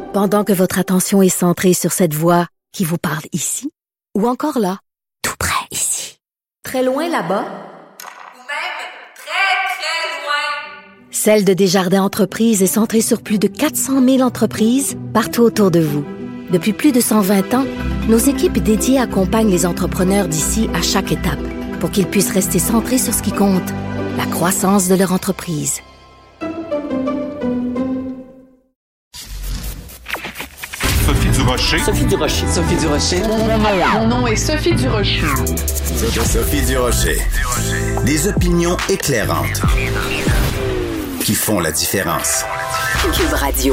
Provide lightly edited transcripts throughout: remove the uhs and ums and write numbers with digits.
Pendant que votre attention est centrée sur cette voix qui vous parle ici, ou encore là, tout près ici, très loin là-bas, ou même très, très loin. Celle de Desjardins Entreprises est centrée sur plus de 400 000 entreprises partout autour de vous. Depuis plus de 120 ans, nos équipes dédiées accompagnent les entrepreneurs d'ici à chaque étape pour qu'ils puissent rester centrés sur ce qui compte, la croissance de leur entreprise. Sophie Durocher. Sophie Durocher. Sophie Durocher. Mon nom est Sophie Durocher. Sophie Durocher. Des opinions éclairantes qui font la différence. Cube Radio.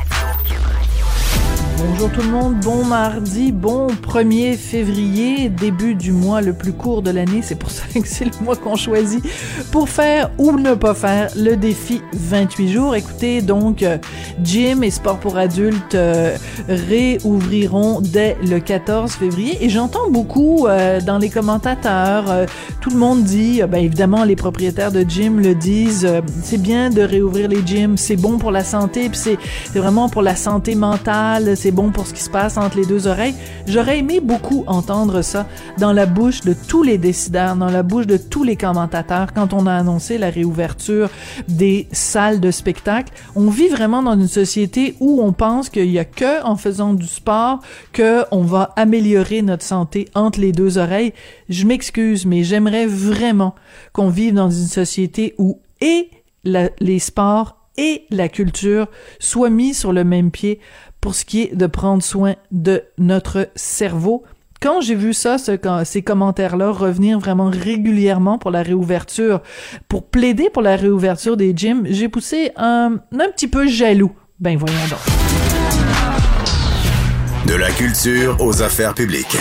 Bonjour tout le monde, bon mardi, bon 1er février, début du mois le plus court de l'année, c'est pour ça que c'est le mois qu'on choisit pour faire ou ne pas faire le défi 28 jours. Écoutez, donc, gym et sport pour adultes réouvriront dès le 14 février et j'entends beaucoup dans les commentateurs, tout le monde dit, évidemment les propriétaires de gym le disent, c'est bien de réouvrir les gyms, c'est bon pour la santé, puis c'est vraiment pour la santé mentale, c'est bon pour ce qui se passe entre les deux oreilles. J'aurais aimé beaucoup entendre ça dans la bouche de tous les décideurs, dans la bouche de tous les commentateurs quand on a annoncé la réouverture des salles de spectacle. On vit vraiment dans une société où on pense qu'il y a que en faisant du sport que on va améliorer notre santé entre les deux oreilles. Je m'excuse, mais j'aimerais vraiment qu'on vive dans une société où les sports et la culture soient mis sur le même pied pour ce qui est de prendre soin de notre cerveau. Quand j'ai vu ça, ces commentaires-là revenir vraiment régulièrement pour la réouverture, pour plaider pour la réouverture des gyms, j'ai poussé un petit peu jaloux. Ben voyons donc. De la culture aux affaires publiques.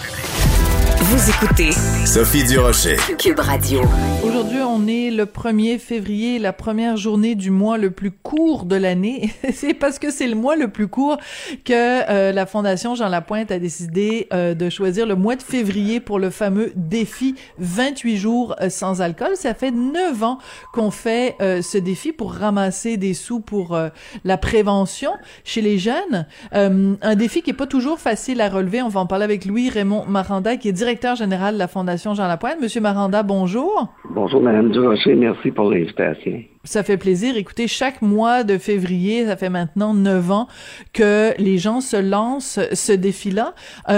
Vous écoutez Sophie Durocher. Cube Radio. Aujourd'hui, on est le 1er février, la première journée du mois le plus court de l'année. C'est parce que c'est le mois le plus court que la Fondation Jean Lapointe a décidé de choisir le mois de février pour le fameux défi 28 jours sans alcool. Ça fait 9 ans qu'on fait ce défi pour ramasser des sous pour la prévention chez les jeunes. Un défi qui est pas toujours facile à relever. On va en parler avec Louis-Raymond Maranda, qui est directeur général de la Fondation Jean Lapointe. Monsieur Maranda, bonjour. Bonjour, Madame Durocher. Merci pour l'invitation. Ça fait plaisir. Écoutez, chaque mois de février, ça fait maintenant 9 ans que les gens se lancent ce défi-là.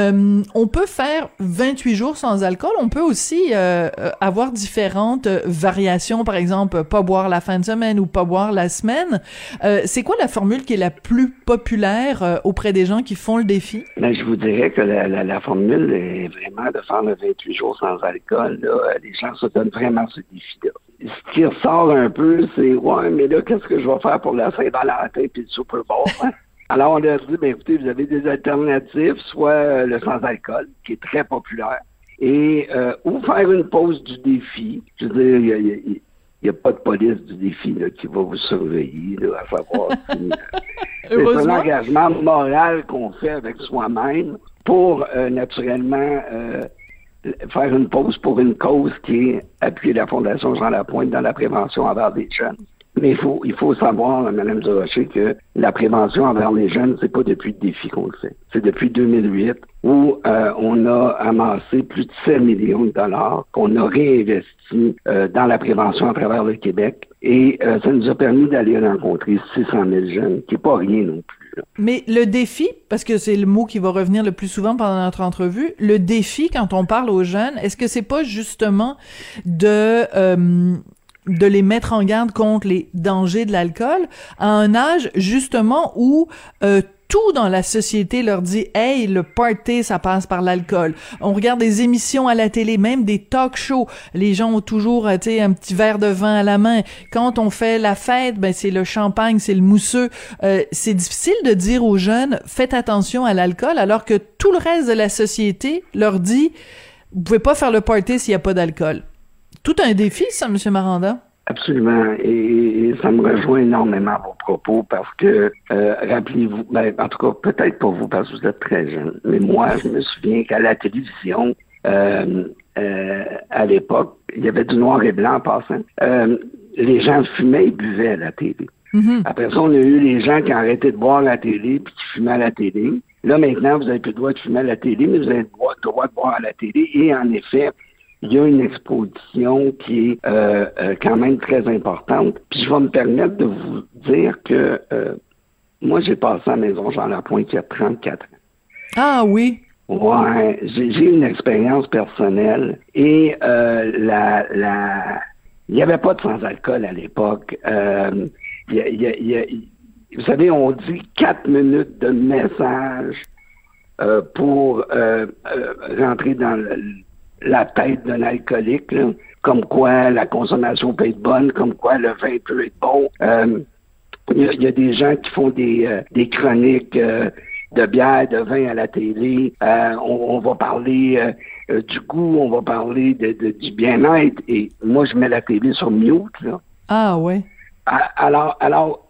On peut faire 28 jours sans alcool. On peut aussi avoir différentes variations. Par exemple, pas boire la fin de semaine ou pas boire la semaine. C'est quoi la formule qui est la plus populaire auprès des gens qui font le défi? Ben, je vous dirais que la formule est vraiment de faire le 28 jours sans alcool. Là. Les gens se donnent vraiment ce défi-là. Ce qui ressort un peu, c'est « Ouais, mais là, qu'est-ce que je vais faire pour la Saint-Valentin puis le Super Bowl? Hein? » Alors, on leur dit « Ben, écoutez, vous avez des alternatives, soit le sans-alcool, qui est très populaire, et ou faire une pause du défi. » Je veux dire, il n'y a pas de police du défi là, qui va vous surveiller, là, à savoir si... c'est un engagement moral qu'on fait avec soi-même pour, naturellement... faire une pause pour une cause qui est appuyer la Fondation Jean Lapointe dans la prévention envers les jeunes. Mais il faut savoir, Mme Durocher, que la prévention envers les jeunes, c'est pas depuis le défi qu'on le fait. C'est depuis 2008 où on a amassé plus de 7 millions de dollars qu'on a réinvesti dans la prévention à travers le Québec. Et ça nous a permis d'aller rencontrer 600 000 jeunes, qui n'est pas rien non plus. Mais le défi, parce que c'est le mot qui va revenir le plus souvent pendant notre entrevue, le défi, quand on parle aux jeunes, est-ce que c'est pas justement de les mettre en garde contre les dangers de l'alcool à un âge justement où tout dans la société leur dit « Hey, le party, ça passe par l'alcool. » On regarde des émissions à la télé, même des talk shows. Les gens ont toujours, un petit verre de vin à la main. Quand on fait la fête, ben c'est le champagne, c'est le mousseux. C'est difficile de dire aux jeunes « Faites attention à l'alcool », alors que tout le reste de la société leur dit « Vous pouvez pas faire le party s'il y a pas d'alcool. » Tout un défi, ça, M. Maranda. Absolument. Et ça me rejoint énormément à vos propos parce que, rappelez-vous, en tout cas, peut-être pas vous parce que vous êtes très jeune, mais moi, je me souviens qu'à la télévision, à l'époque, il y avait du noir et blanc en passant. Les gens fumaient et buvaient à la télé. Après ça, on a eu les gens qui ont arrêté de boire à la télé puis qui fumaient à la télé. Là, maintenant, vous n'avez plus le droit de fumer à la télé, mais vous avez le droit de boire à la télé. Et en effet, il y a une exposition qui est quand même très importante. Puis je vais me permettre de vous dire que moi, j'ai passé à la maison Jean-Lapointe il y a 34 ans. Ah oui? Ouais, j'ai une expérience personnelle et il n'y avait pas de sans-alcool à l'époque. Vous savez, on dit 4 minutes de message pour rentrer dans la tête d'un alcoolique, là, comme quoi la consommation peut être bonne, comme quoi le vin peut être bon. Il y a des gens qui font des chroniques de bière, de vin à la télé. On va parler du goût, on va parler du bien-être. Et moi, je mets la télé sur mute, là. Ah ouais. Alors,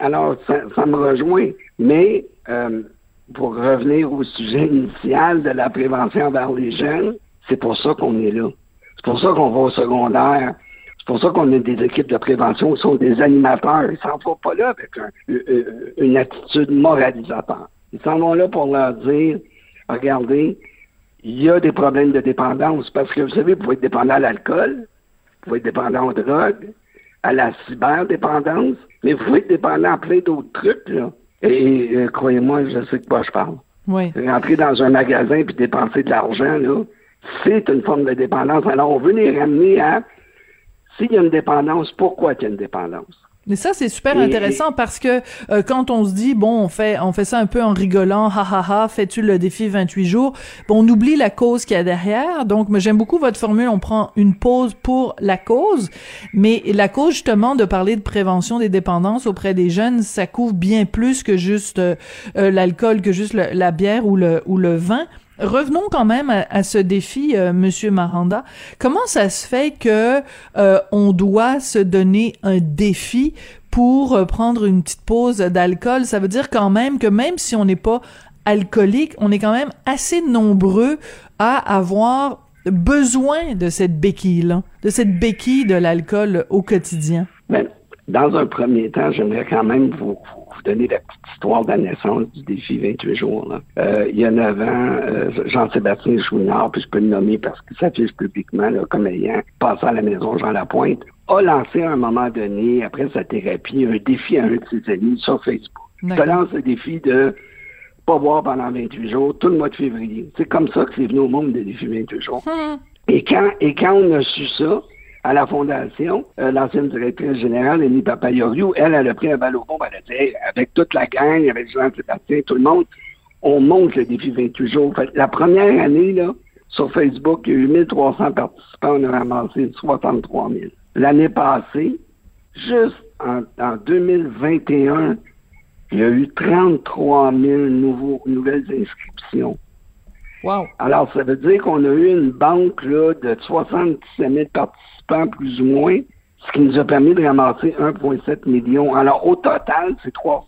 ça me rejoint. Mais pour revenir au sujet initial de la prévention envers les jeunes, c'est pour ça qu'on est là. C'est pour ça qu'on va au secondaire. C'est pour ça qu'on a des équipes de prévention qui sont des animateurs. Ils s'en vont pas là avec une attitude moralisateur. Ils s'en vont là pour leur dire, regardez, il y a des problèmes de dépendance. Parce que, vous savez, vous pouvez être dépendant à l'alcool, vous pouvez être dépendant aux drogues, à la cyberdépendance, mais vous pouvez être dépendant à plein d'autres trucs, là. Et croyez-moi, je sais de quoi je parle. Oui. Rentrer dans un magasin puis dépenser de l'argent, là, c'est une forme de dépendance. Alors, on veut les ramener à, s'il y a une dépendance, pourquoi il y a une dépendance? Mais ça, c'est super intéressant parce que quand on se dit, bon, on fait ça un peu en rigolant, ha ha ha, fais-tu le défi 28 jours, bon, on oublie la cause qu'il y a derrière. Donc, moi, j'aime beaucoup votre formule, on prend une pause pour la cause, mais la cause, justement, de parler de prévention des dépendances auprès des jeunes, ça couvre bien plus que juste l'alcool, que juste la bière ou le vin. Revenons quand même à ce défi, Monsieur Maranda. Comment ça se fait que on doit se donner un défi pour prendre une petite pause d'alcool? Ça veut dire quand même que même si on n'est pas alcoolique, on est quand même assez nombreux à avoir besoin de cette béquille-là, de cette béquille de l'alcool au quotidien. Ben, dans un premier temps, j'aimerais quand même vous donner la petite histoire de la naissance du défi 28 jours. Là. Il y a 9 ans, Jean-Sébastien Chouinard, puis je peux le nommer parce qu'il s'affiche publiquement là, comme ayant passé à la maison Jean-Lapointe, a lancé à un moment donné, après sa thérapie, un défi à un de ses amis sur Facebook. Il lance le défi de pas boire pendant 28 jours, tout le mois de février. C'est comme ça que c'est venu au monde le défi 28 jours. Et quand on a su ça, à la Fondation, l'ancienne directrice générale, Annie Papayoriou, elle a pris un balle au bombe, elle a dit, hey, avec toute la gang, avec Jean-Sébastien, tout le monde, on monte le défi 28 jours. Fait, la première année, là, sur Facebook, il y a eu 1300 participants, on a ramassé 63 000. L'année passée, juste en 2021, il y a eu 33 000 nouvelles inscriptions. Wow. Alors, ça veut dire qu'on a eu une banque là, de 77 000 participants, plus ou moins, ce qui nous a permis de ramasser 1,7 million. Alors, au total, c'est 3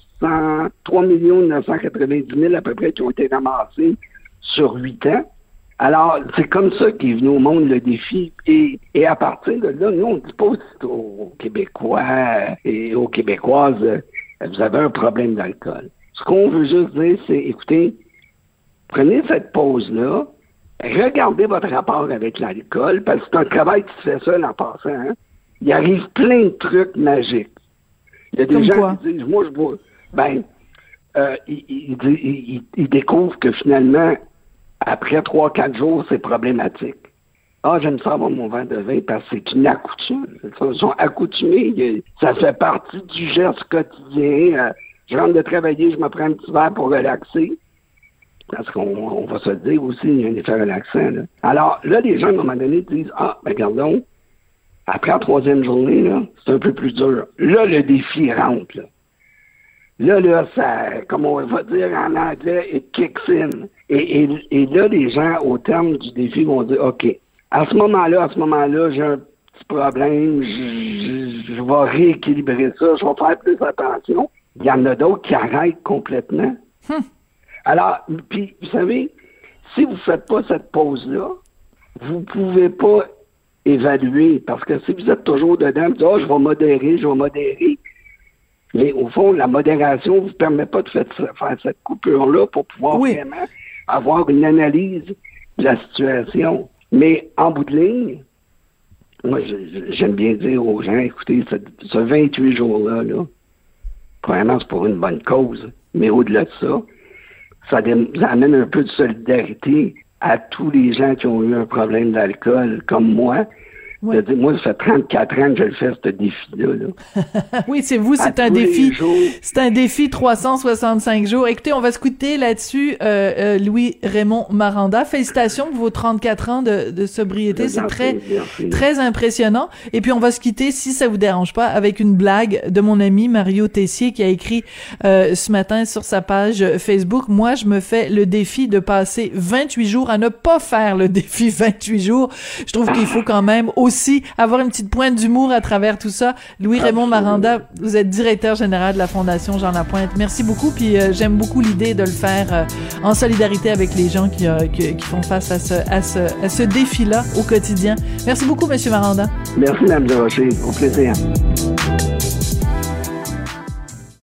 990 000 à peu près qui ont été ramassés sur 8 ans. Alors, c'est comme ça qu'est venu au monde le défi. Et à partir de là, nous, on ne dit pas aux Québécois et aux Québécoises, vous avez un problème d'alcool. Ce qu'on veut juste dire, c'est, écoutez, prenez cette pause-là, regardez votre rapport avec l'alcool, parce que c'est un travail qui se fait seul en passant. Hein? Il arrive plein de trucs magiques. Il y a des gens qui disent, moi, je bois. Ben, ils découvrent que finalement, après 3-4 jours, c'est problématique. Ah, j'aime ça avoir mon verre de vin parce que c'est une accoutume. Ils sont accoutumés. Ça fait partie du geste quotidien. Je rentre de travailler, je me prends un petit verre pour relaxer. Parce qu'on va se dire aussi, il y a un effet relaxant. Là. Alors, là, les gens, à un moment donné, disent, ben, regardons, après la 3e journée, là, c'est un peu plus dur. Là, le défi rentre, là. Là, ça, comme on va dire en anglais, it kicks in. Et là, les gens, au terme du défi, vont dire, OK, à ce moment-là, j'ai un petit problème, je vais rééquilibrer ça, je vais faire plus attention. Il y en a d'autres qui arrêtent complètement. Alors, puis, vous savez, si vous ne faites pas cette pause-là, vous ne pouvez pas évaluer, parce que si vous êtes toujours dedans, vous dites, je vais modérer, Mais au fond, la modération ne vous permet pas de faire cette coupure-là pour pouvoir vraiment avoir une analyse de la situation. Mais en bout de ligne, moi, j'aime bien dire aux gens, écoutez, ce 28 jours-là, premièrement, c'est pour une bonne cause, mais au-delà de ça, ça amène un peu de solidarité à tous les gens qui ont eu un problème d'alcool, comme moi. Oui. Moi, ça fait 34 ans que je le fais, ce défi-là. Oui, c'est vous, c'est un défi. C'est un défi 365 jours. Écoutez, on va se quitter là-dessus, Louis-Raymond Maranda. Félicitations pour vos 34 ans de sobriété. C'est très impressionnant. Et puis, on va se quitter, si ça vous dérange pas, avec une blague de mon ami Mario Tessier qui a écrit ce matin sur sa page Facebook. Moi, je me fais le défi de passer 28 jours à ne pas faire le défi 28 jours. Je trouve qu'il faut quand même aussi avoir une petite pointe d'humour à travers tout ça. Louis-Raymond Maranda, vous êtes directeur général de la Fondation Jean Lapointe. Merci beaucoup, puis j'aime beaucoup l'idée de le faire en solidarité avec les gens qui font face à ce défi-là au quotidien. Merci beaucoup, Monsieur Maranda. Merci, Mme Desrochers. Au plaisir.